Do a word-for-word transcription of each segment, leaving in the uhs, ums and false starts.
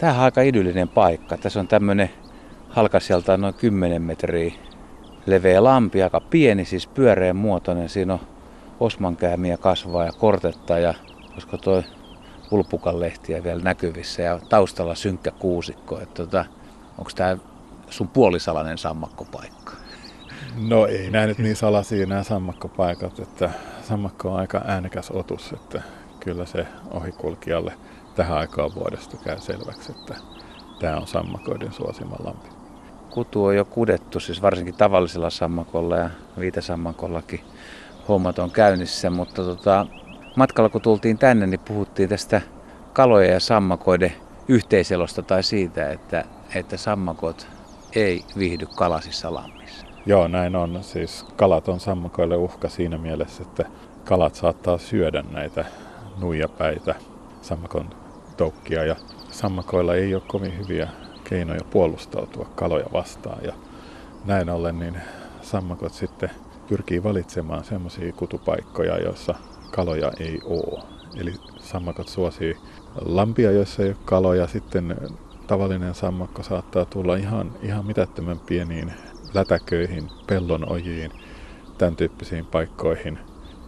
Tämähän on aika idyllinen paikka. Tässä on tämmöinen halkasijaltaan noin kymmenen metriä leveä lampi, aika pieni, siis pyöreän muotoinen. Siinä on osmankäämiä kasvaa ja kortetta ja olisiko toi ulpukanlehtiä vielä näkyvissä ja taustalla synkkä kuusikko. Tota, onko tämä sun puolisalainen sammakkopaikka? No ei näin nyt niin salaisia nämä sammakkopaikat, että sammakko on aika äänekäs otus, että kyllä se ohikulkijalle tähän aikaan vuodesta käy selväksi, että tämä on sammakoiden suosima lampi. Kutu on jo kudettu, siis varsinkin tavallisella sammakolla ja viitesammakollakin hommat on käynnissä, mutta tota, matkalla kun tultiin tänne, niin puhuttiin tästä kalojen ja sammakoiden yhteiselosta tai siitä, että, että sammakot ei viihdy kalasissa lammissa. Joo, näin on. Siis kalat on sammakoille uhka siinä mielessä, että kalat saattaa syödä näitä nuijapäitä, sammakon toukkia ja sammakoilla ei ole kovin hyviä keinoja puolustautua kaloja vastaan ja näin ollen niin sammakot sitten pyrkii valitsemaan semmoisia kutupaikkoja, joissa kaloja ei ole. Eli sammakot suosii lampia, joissa ei ole kaloja. Sitten tavallinen sammakko saattaa tulla ihan, ihan mitättömän pieniin lätäköihin, pellon ojiin, tämän tyyppisiin paikkoihin.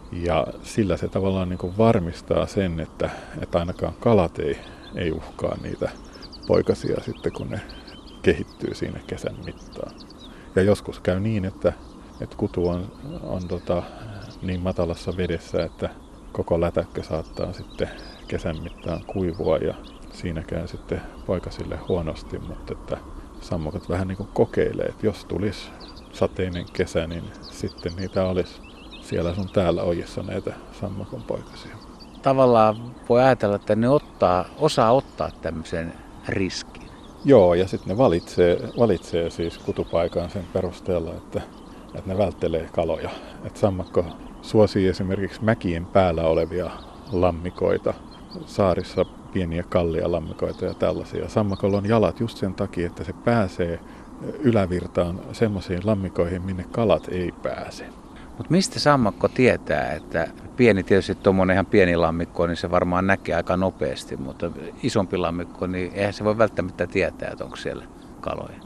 Ja sillä se tavallaan niin kuin varmistaa sen, että, että ainakaan kalat ei, ei uhkaa niitä poikasia sitten, kun ne kehittyy siinä kesän mittaan. Ja joskus käy niin, että, että kutu on, on tota, niin matalassa vedessä, että koko lätäkkö saattaa sitten kesän mittaan kuivua ja siinä käy sitten poikasille huonosti, mutta että sammakot vähän niin kuin kokeilee, että jos tulisi sateinen kesä, niin sitten niitä olisi siellä sun täällä ojissa näitä sammakon poikasia. Tavallaan voi ajatella, että ne ottaa, osaa ottaa tämmöisen riskin. Joo, ja sitten ne valitsee, valitsee siis kutupaikan sen perusteella, että, että ne välttelee kaloja. Et sammakko suosii esimerkiksi mäkien päällä olevia lammikoita, saarissa pieniä kallia lammikoita ja tällaisia. Sammakolla on jalat just sen takia, että se pääsee ylävirtaan semmoisiin lammikoihin, minne kalat ei pääse. Mutta mistä sammakko tietää, että pieni tietysti tuommoinen ihan pieni lammikko, niin se varmaan näkee aika nopeasti, mutta isompi lammikko, niin eihän se voi välttämättä tietää, että onko siellä kaloja.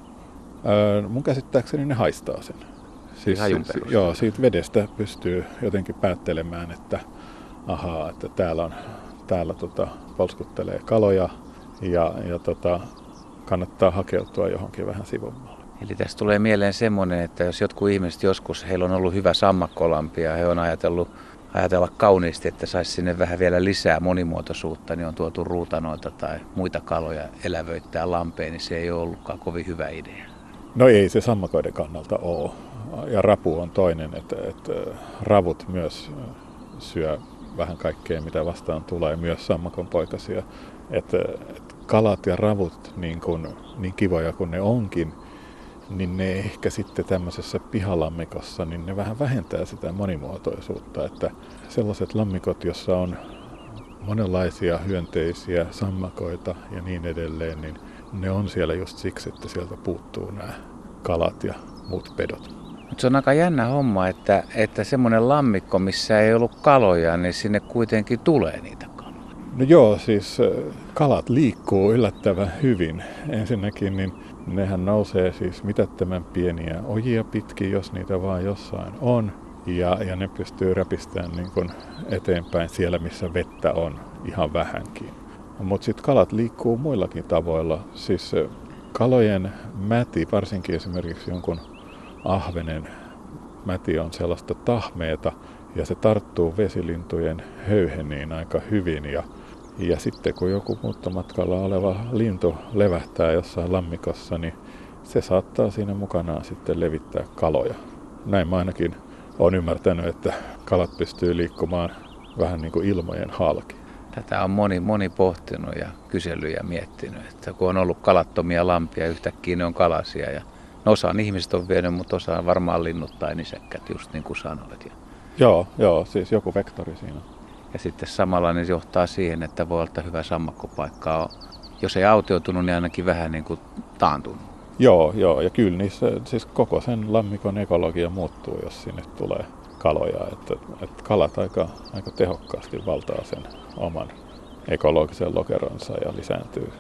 Öö, mun käsittääkseni ne haistaa sen. Siis, Hajun siis, joo, siitä vedestä pystyy jotenkin päättelemään, että ahaa, että täällä, on, täällä tota, polskuttelee kaloja ja, ja tota, kannattaa hakeutua johonkin vähän sivummalle. Eli tästä tulee mieleen semmoinen, että jos jotkut ihmiset joskus, heillä on ollut hyvä sammakkolampi ja he on ajatellut ajatella kauniisti, että saisi sinne vähän vielä lisää monimuotoisuutta, niin on tuotu ruutanoita tai muita kaloja elävöittää lampeen, niin se ei ole ollutkaan kovin hyvä idea. No ei se sammakoiden kannalta ole. Ja rapu on toinen, että, että ravut myös syö vähän kaikkea, mitä vastaan tulee, myös sammakon poikasia. Että, että kalat ja ravut, niin, kun, niin kivoja kuin ne onkin, niin ne ehkä sitten tämmöisessä pihalammikossa, niin ne vähän vähentää sitä monimuotoisuutta. Että sellaiset lammikot, jossa on monenlaisia hyönteisiä, sammakoita ja niin edelleen, niin ne on siellä just siksi, että sieltä puuttuu nämä kalat ja muut pedot. Mutta se on aika jännä homma, että, että semmoinen lammikko, missä ei ollut kaloja, niin sinne kuitenkin tulee niitä kaloja. No joo, siis kalat liikkuu yllättävän hyvin. Ensinnäkin niin nehän nousee siis mitättömän pieniä ojia pitkin, jos niitä vaan jossain on. Ja, ja ne pystyy räpistämään niin kuin eteenpäin siellä, missä vettä on ihan vähänkin. Mutta sitten kalat liikkuu muillakin tavoilla. Siis kalojen mäti, varsinkin esimerkiksi jonkun ahvenen mäti on sellaista tahmeeta ja se tarttuu vesilintujen höyheniin aika hyvin. Ja, ja sitten kun joku muuttomatkalla oleva lintu levähtää jossain lammikossa, niin se saattaa siinä mukanaan sitten levittää kaloja. Näin mä ainakin olen ymmärtänyt, että kalat pystyy liikkumaan vähän niin kuin ilmojen halki. Tätä on moni, moni pohtinut ja kysellyt ja miettinyt, että kun on ollut kalattomia lampia, yhtäkkiä ne on kalasia. Ja no osaan ihmiset on vienyt, mutta osaan varmaan linnut tai nisäkkät, just niin kuin sanoit. Ja, joo, joo, siis joku vektori siinä. Ja sitten samalla niin se johtaa siihen, että voi olla hyvä sammakkopaikka. Jos ei autioitunut, niin ainakin vähän niin kuin taantunut. Joo, joo, ja kyllä niissä, siis koko sen lammikon ekologia muuttuu, jos sinne tulee kaloja. Että, että kalat aika, aika tehokkaasti valtaa sen oman ekologisen lokeronsa ja lisääntyy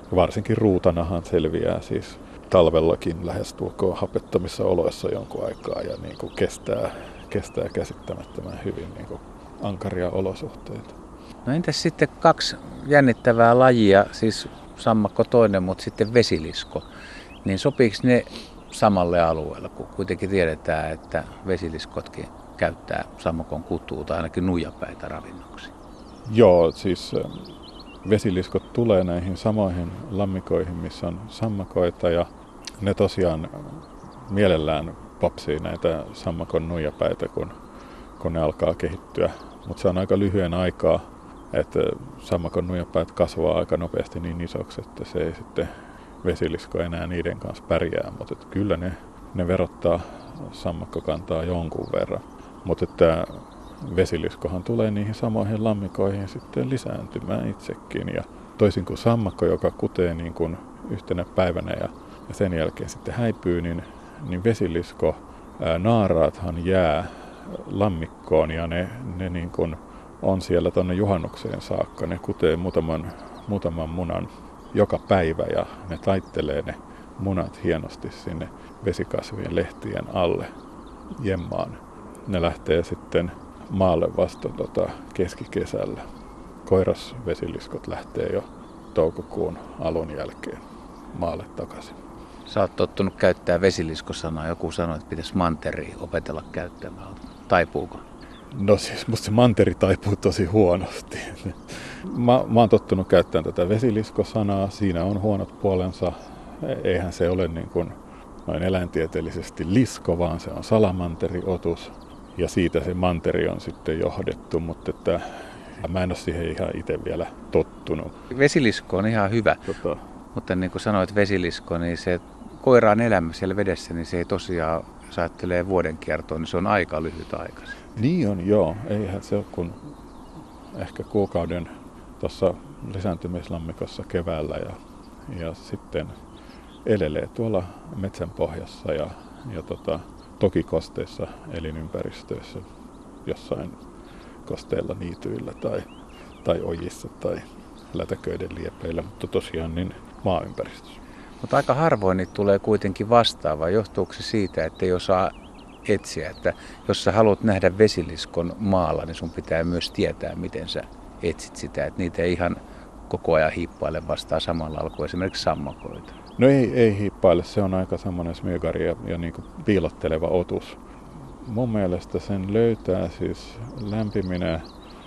Varsinkin ruutanahan selviää siis talvellakin lähestulkoon hapettomissa oloissa jonkun aikaa ja niin kuin kestää, kestää käsittämättömän hyvin niin kuin ankaria olosuhteita. No entäs sitten kaksi jännittävää lajia, siis sammakko toinen, mutta sitten vesilisko. Niin sopiiko ne samalle alueelle, kun kuitenkin tiedetään, että vesiliskotkin käyttää sammakon kutua tai ainakin nuijapäitä ravinnoksi? Joo, siis vesiliskot tulee näihin samoihin lammikoihin, missä on sammakoita ja ne tosiaan mielellään popsii näitä sammakon nuijapäitä, kun, kun ne alkaa kehittyä. Mutta se on aika lyhyen aikaa, että sammakon nuijapäät kasvaa aika nopeasti niin isoksi, että se ei sitten vesilisko enää niiden kanssa pärjää. Mutta kyllä ne, ne verottaa sammakkokantaa jonkun verran. Mutta vesiliskohan tulee niihin samoihin lammikoihin sitten lisääntymään itsekin. Ja toisin kuin sammakko, joka kutee niin kuin yhtenä päivänä ja, ja sen jälkeen sitten häipyy, niin, niin vesilisko, ää, naaraathan jää lammikkoon ja ne, ne niin kuin on siellä tuonne juhannukseen saakka. Ne kutee muutaman, muutaman munan joka päivä ja ne taittelee ne munat hienosti sinne vesikasvien lehtien alle jemmaan. Ne lähtee sitten maalle vasta tota keskikesällä. Koirasvesiliskot lähtee jo toukokuun alun jälkeen maalle takaisin. Sä oot tottunut käyttää vesiliskosanaa. Joku sanoi, että pitäisi manteria opetella käyttämään. Taipuuko? No siis musta se manteri taipuu tosi huonosti. Mä, mä oon tottunut käyttämään tätä vesiliskosanaa. Siinä on huonot puolensa. Eihän se ole niin kuin noin eläintieteellisesti lisko, vaan se on salamanteriotus. Ja siitä se manteri on sitten johdettu, mutta että mä en ole siihen ihan itse vielä tottunut. Vesilisko on ihan hyvä, tota. Mutta niin kuin sanoit vesilisko, niin se koiraan elämä siellä vedessä, niin se ei tosiaan, jos ajattelee vuoden kiertoon, niin se on aika lyhyt aika. Niin on, joo. Eihän se ole kuin ehkä kuukauden tuossa lisääntymislammikossa keväällä ja, ja sitten elelee tuolla metsän pohjassa ja, ja tota, toki kosteissa elinympäristöissä, jossain kosteilla niityillä tai, tai ojissa tai lätäköiden liepeillä, mutta tosiaan niin maaympäristössä. Mutta aika harvoin niitä tulee kuitenkin vastaava. Johtuuko se siitä, että ei osaa etsiä, että jos sä haluat nähdä vesiliskon maalla, niin sun pitää myös tietää, miten sä etsit sitä, että niitä ei ihan koko ajan hiippaile vastaan samalla lailla kuin esimerkiksi sammakoita. No ei, ei hiippaile, se on aika semmoinen smygari ja, ja niin kuin piilotteleva otus. Mun mielestä sen löytää siis lämpiminä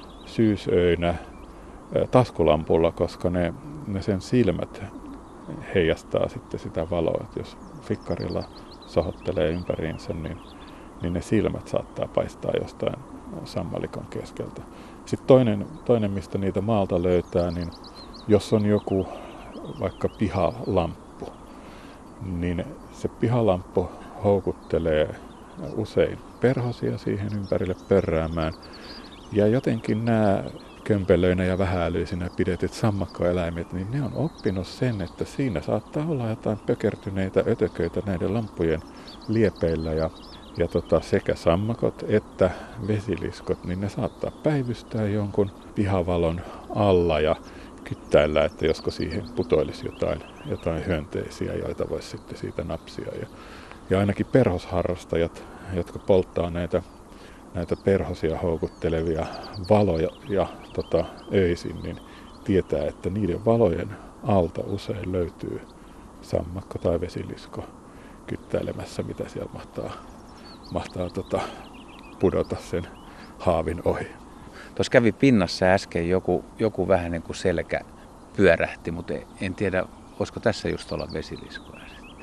syysöinä taskulampulla, koska ne, ne sen silmät heijastaa sitten sitä valoa. Et jos fikkarilla sohottelee ympäriinsä, niin, niin ne silmät saattaa paistaa jostain sammalikon keskeltä. Sitten toinen, toinen, mistä niitä maalta löytää, niin jos on joku vaikka pihalamppu, niin se pihalamppu houkuttelee usein perhosia siihen ympärille pörräämään. Ja jotenkin nämä kömpelöinä ja vähäälyisinä pidetyt sammakkoeläimet, niin ne on oppinut sen, että siinä saattaa olla jotain pökertyneitä ötököitä näiden lamppujen liepeillä. Ja, ja tota, sekä sammakot että vesiliskot, niin ne saattaa päivystää jonkun pihavalon alla ja kyttäillä, että josko siihen putoilisi jotain, jotain hyönteisiä, joita voisi sitten siitä napsia. Ja, ja ainakin perhosharrastajat, jotka polttaa näitä, näitä perhosia houkuttelevia valoja ja tota, öisin, niin tietää, että niiden valojen alta usein löytyy sammakko tai vesilisko kyttäilemässä, mitä siellä mahtaa, mahtaa tota, pudota sen haavin ohi. Tuossa kävi pinnassa äsken joku, joku vähän niin kuin selkä pyörähti, mutta en tiedä, voisiko tässä just olla vesiliskoa.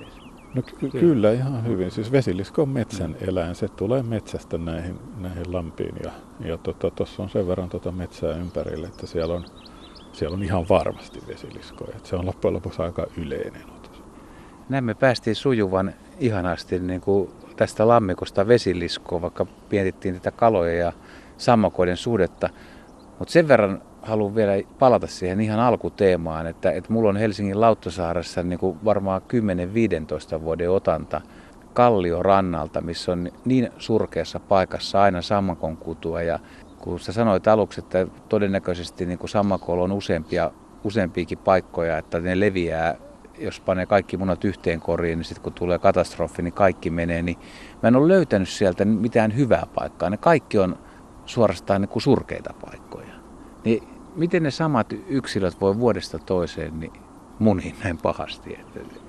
No ky- kyllä ihan hyvin. Siis vesilisko on metsän eläin. Se tulee metsästä näihin, näihin lampiin ja, ja tuossa tota, on sen verran tota metsää ympärille, että siellä on, siellä on ihan varmasti vesiliskoja. Se on loppujen lopuksi aika yleinen otus. Näin me päästiin sujuvan ihanasti niin kuin tästä lammikosta vesiliskoon, vaikka mietittiin tätä kaloja ja sammakoiden suhdetta. Mutta sen verran haluan vielä palata siihen ihan alkuteemaan, että, että mulla on Helsingin Lauttasaaressa niin kuin varmaan kymmenen viisitoista vuoden otanta Kalliorannalta, missä on niin surkeassa paikassa aina sammakon kutua. Ja kun sä sanoit aluksi, että todennäköisesti niin kuin sammakolla on useampia useampiakin paikkoja, että ne leviää, jos panee kaikki munat yhteen koriin, niin sitten kun tulee katastrofi, niin kaikki menee. Niin mä en ole löytänyt sieltä mitään hyvää paikkaa. Ne kaikki on suorastaan niin kuin surkeita paikkoja. Niin miten ne samat yksilöt voi vuodesta toiseen niin muniin näin pahasti?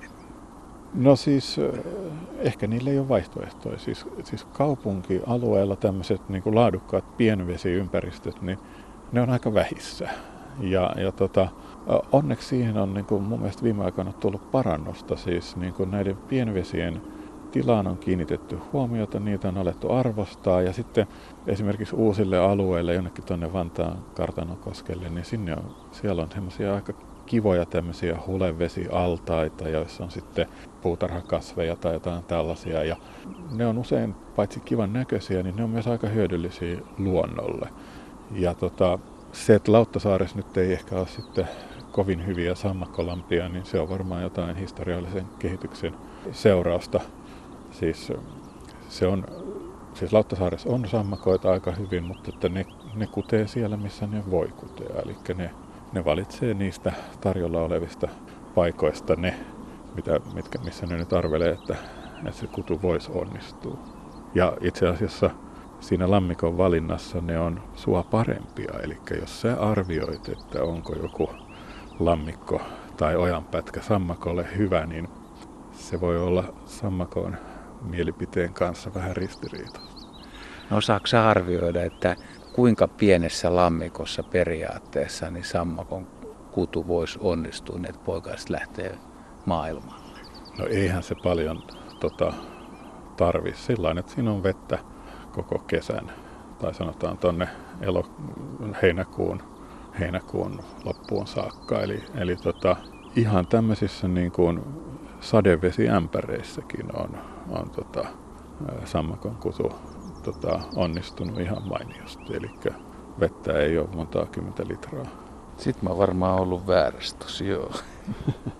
No siis ehkä niillä ei ole vaihtoehtoja. Siis, siis kaupunkialueella tämmöiset niin kuin laadukkaat pienvesiympäristöt, niin ne on aika vähissä. Ja, ja tota, onneksi siihen on niin kuin mun mielestä viime aikoina tullut parannusta. Siis niin kuin näiden pienvesien tilaan on kiinnitetty huomiota, niitä on alettu arvostaa. Ja sitten esimerkiksi uusille alueille, jonnekin tuonne Vantaan Kartanokoskelle, niin sinne on, siellä on semmoisia aika kivoja tämmöisiä hulevesialtaita, joissa on sitten puutarhakasveja tai jotain tällaisia. Ja ne on usein paitsi kivan näköisiä, niin ne on myös aika hyödyllisiä luonnolle. Ja tota, se, että Lauttasaaressa nyt ei ehkä ole sitten kovin hyviä sammakkolampia, niin se on varmaan jotain historiallisen kehityksen seurausta. Siis, se on, siis Lauttasaaressa on sammakoita aika hyvin, mutta että ne, ne kutee siellä, missä ne voi kutea. Eli ne, ne valitsee niistä tarjolla olevista paikoista ne, mitä, mitkä, missä ne nyt arvelee, että, että se kutu voisi onnistua. Ja itse asiassa siinä lammikon valinnassa ne on sua parempia. Eli jos sä arvioit, että onko joku lammikko tai ojanpätkä sammakolle hyvä, niin se voi olla sammakon mielipiteen kanssa vähän ristiriitaista. No osaatko sä arvioida, että kuinka pienessä lammikossa periaatteessa niin sammakon kutu voisi onnistua, niin että poikaiset lähtee maailmalle? No eihän se paljon tota, tarvi. Sillain, että siinä on vettä koko kesän. Tai sanotaan tuonne elo- heinäkuun, heinäkuun loppuun saakka. Eli, eli tota, ihan tämmöisissä niin kuin sadevesiämpäreissäkin on, on tota, sammakon kutu tota, onnistunut ihan mainiosti. Eli vettä ei ole montaa kymmentä litraa. Sitten mä oon varmaan ollut väärässä tosi, joo.